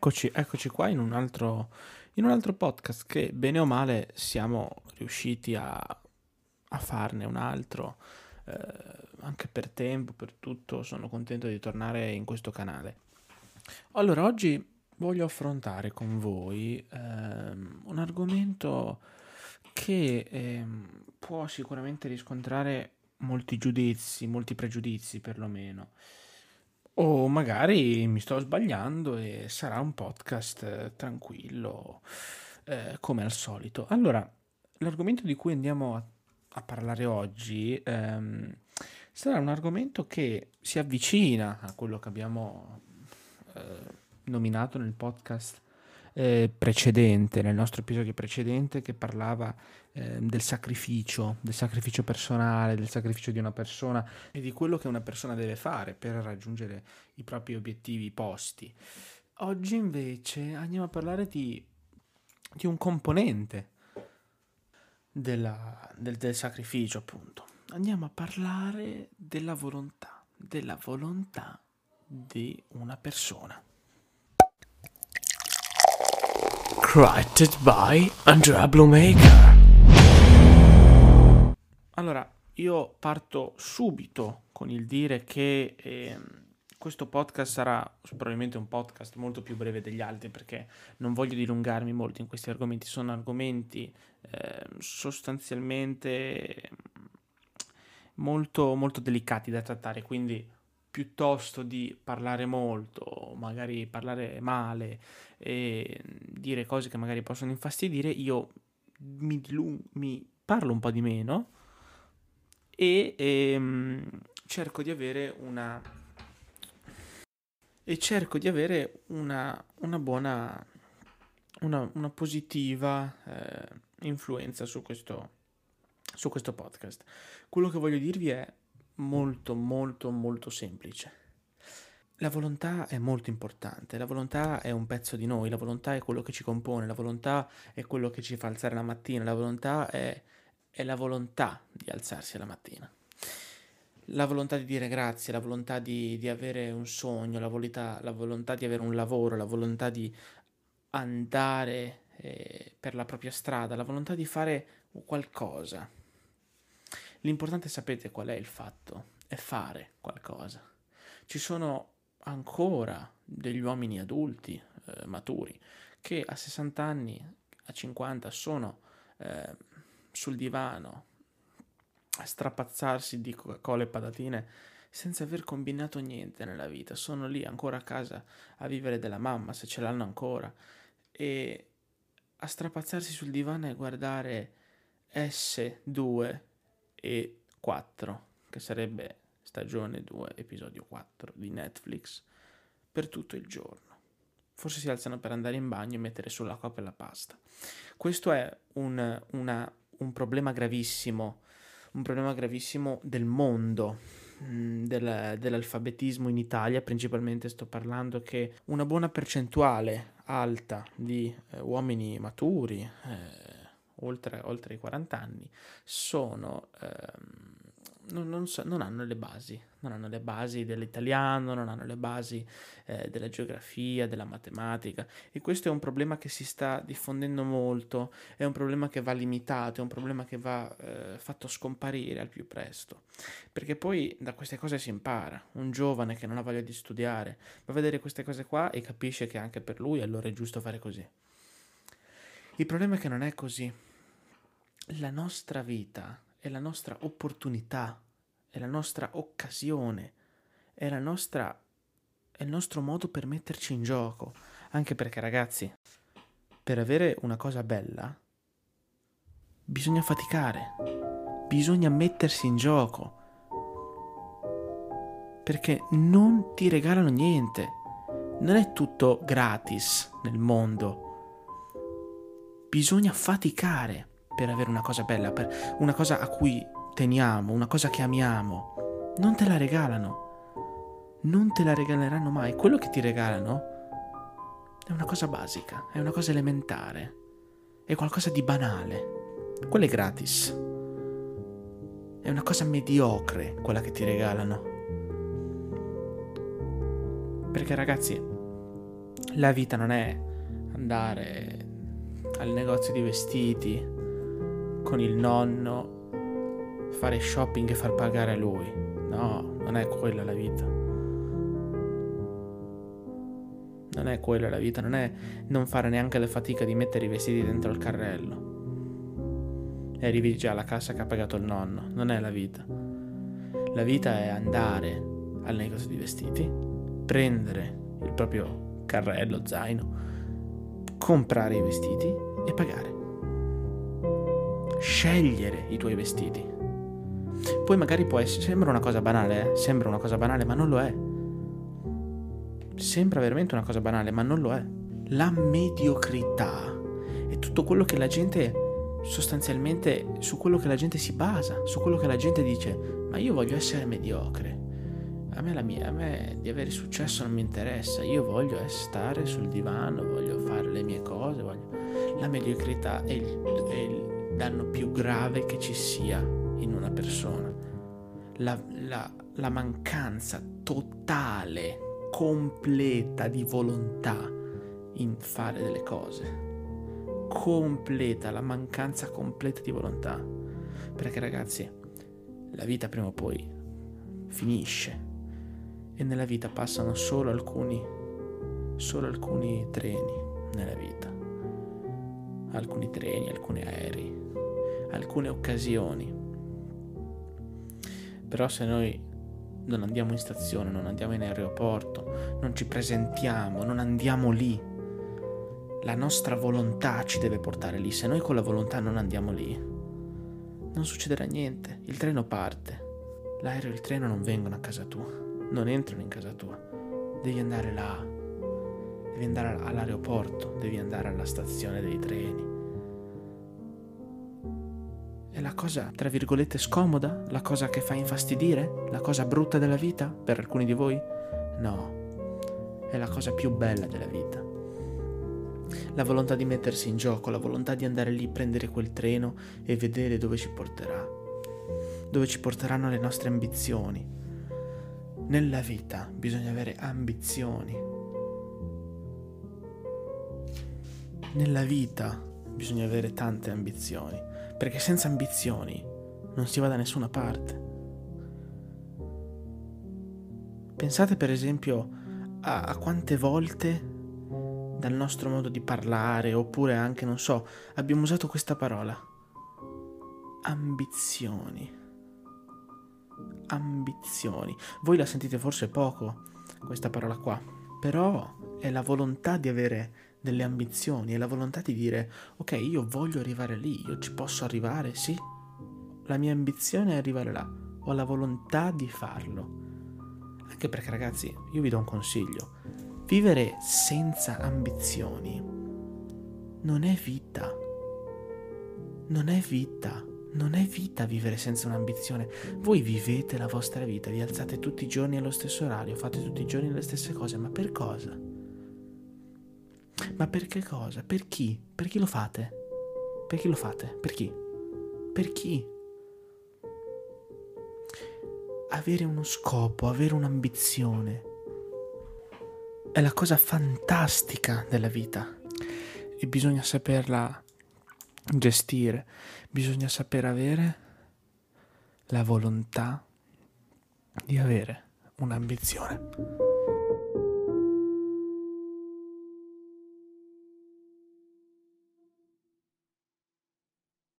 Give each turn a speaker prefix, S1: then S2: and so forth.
S1: Eccoci qua in un altro podcast che bene o male siamo riusciti a farne un altro, anche per tempo, per tutto, sono contento di tornare in questo canale. Allora, oggi voglio affrontare con voi un argomento che può sicuramente riscontrare molti giudizi, molti pregiudizi perlomeno. O magari mi sto sbagliando e sarà un podcast tranquillo, come al solito. Allora, l'argomento di cui andiamo a parlare oggi sarà un argomento che si avvicina a quello che abbiamo nominato nel podcast precedente, nel nostro episodio precedente, che parlava del sacrificio personale, del sacrificio di una persona e di quello che una persona deve fare per raggiungere i propri obiettivi posti. Oggi invece andiamo a parlare di un componente del sacrificio, appunto. Andiamo a parlare della volontà di una persona. Created by Andrea Bluemaker. Allora, io parto subito con il dire che questo podcast sarà probabilmente un podcast molto più breve degli altri, perché non voglio dilungarmi molto in questi argomenti. Sono argomenti sostanzialmente molto, molto delicati da trattare, quindi piuttosto di parlare molto, magari parlare male e dire cose che magari possono infastidire, io mi parlo un po' di meno e cerco di avere una buona, una positiva influenza su questo podcast. Quello che voglio dirvi è molto molto molto semplice. La volontà è molto importante, la volontà è un pezzo di noi, la volontà è quello che ci compone, la volontà è quello che ci fa alzare la mattina, la volontà è la volontà di alzarsi la mattina. La volontà di dire grazie, la volontà di avere un sogno, la volontà di avere un lavoro, la volontà di andare per la propria strada, la volontà di fare qualcosa. L'importante, sapete qual è il fatto? È fare qualcosa. Ci sono ancora degli uomini adulti, maturi, che a 60 anni, a 50 sono sul divano a strapazzarsi di Coca-Cola e patatine senza aver combinato niente nella vita. Sono lì ancora a casa a vivere della mamma, se ce l'hanno ancora, e a strapazzarsi sul divano e guardare S2 e 4, che sarebbe stagione 2, episodio 4 di Netflix, per tutto il giorno. Forse si alzano per andare in bagno e mettere sulla copa e la pasta. Questo è un problema gravissimo, del mondo, dell'alfabetismo in Italia. Principalmente sto parlando che una buona percentuale alta di uomini maturi, oltre i 40 anni, non hanno le basi dell'italiano, non hanno le basi della geografia, della matematica, e questo è un problema che si sta diffondendo molto, è un problema che va limitato, è un problema che va fatto scomparire al più presto, perché poi da queste cose si impara. Un giovane che non ha voglia di studiare va a vedere queste cose qua e capisce che anche per lui allora è giusto fare così. Il problema è che non è così. La nostra vita è la nostra opportunità, è la nostra occasione, è il nostro modo per metterci in gioco. Anche perché, ragazzi, per avere una cosa bella bisogna faticare, bisogna mettersi in gioco, perché non ti regalano niente, non è tutto gratis nel mondo. Bisogna faticare per avere una cosa bella, per una cosa a cui teniamo, una cosa che amiamo. Non te la regalano, non te la regaleranno mai. Quello che ti regalano è una cosa basica, è una cosa elementare, è qualcosa di banale. Quello è gratis, è una cosa mediocre quella che ti regalano. Perché, ragazzi, La vita non è andare al negozio di vestiti con il nonno, fare shopping e far pagare a lui. No, non è quella la vita. Non è quella la vita, non è non fare neanche la fatica di mettere i vestiti dentro il carrello e arrivi già alla cassa che ha pagato il nonno. Non è la vita. La vita è andare al negozio di vestiti, prendere il proprio carrello, zaino, comprare i vestiti e pagare. Scegliere i tuoi vestiti. Poi magari può essere, sembra una cosa banale, sembra una cosa banale, ma non lo è. Sembra veramente una cosa banale, ma non lo è. La mediocrità è tutto quello che la gente, sostanzialmente, su quello che la gente si basa, su quello che la gente dice, ma io voglio essere mediocre. A me di avere successo non mi interessa, io voglio stare sul divano, voglio fare le mie cose, La mediocrità è il danno più grave che ci sia in una persona. La mancanza totale, completa di volontà in fare delle cose. Completa, la mancanza completa di volontà. Perché ragazzi, la vita prima o poi finisce e nella vita passano solo alcuni treni nella vita. Alcuni treni, alcuni aerei, alcune occasioni. Però se noi non andiamo in stazione, non andiamo in aeroporto, non ci presentiamo, non andiamo lì, la nostra volontà ci deve portare lì. Se noi con la volontà non andiamo lì, non succederà niente. Il treno parte, l'aereo e il treno non vengono a casa tua, non entrano in casa tua. Devi andare là, devi andare all'aeroporto, devi andare alla stazione dei treni. È la cosa, tra virgolette, scomoda? La cosa che fa infastidire? La cosa brutta della vita per alcuni di voi? No, è la cosa più bella della vita. La volontà di mettersi in gioco, la volontà di andare lì, prendere quel treno e vedere dove ci porterà, dove ci porteranno le nostre ambizioni. Nella vita bisogna avere ambizioni. Nella vita bisogna avere tante ambizioni, perché senza ambizioni non si va da nessuna parte. Pensate per esempio a quante volte dal nostro modo di parlare, oppure anche, non so, abbiamo usato questa parola. Ambizioni. Ambizioni. Voi la sentite forse poco, questa parola qua, però è la volontà di avere delle ambizioni, è la volontà di dire, ok, io voglio arrivare lì, io ci posso arrivare, sì. La mia ambizione è arrivare là, ho la volontà di farlo. Anche perché, ragazzi, io vi do un consiglio. Vivere senza ambizioni non è vita. Non è vita. Non è vita vivere senza un'ambizione. Voi vivete la vostra vita, vi alzate tutti i giorni allo stesso orario, fate tutti i giorni le stesse cose, ma per cosa? Ma per che cosa? Per chi? Per chi lo fate? Per chi lo fate? Per chi? Per chi? Avere uno scopo, avere un'ambizione è la cosa fantastica della vita e bisogna saperla gestire, bisogna saper avere la volontà di avere un'ambizione.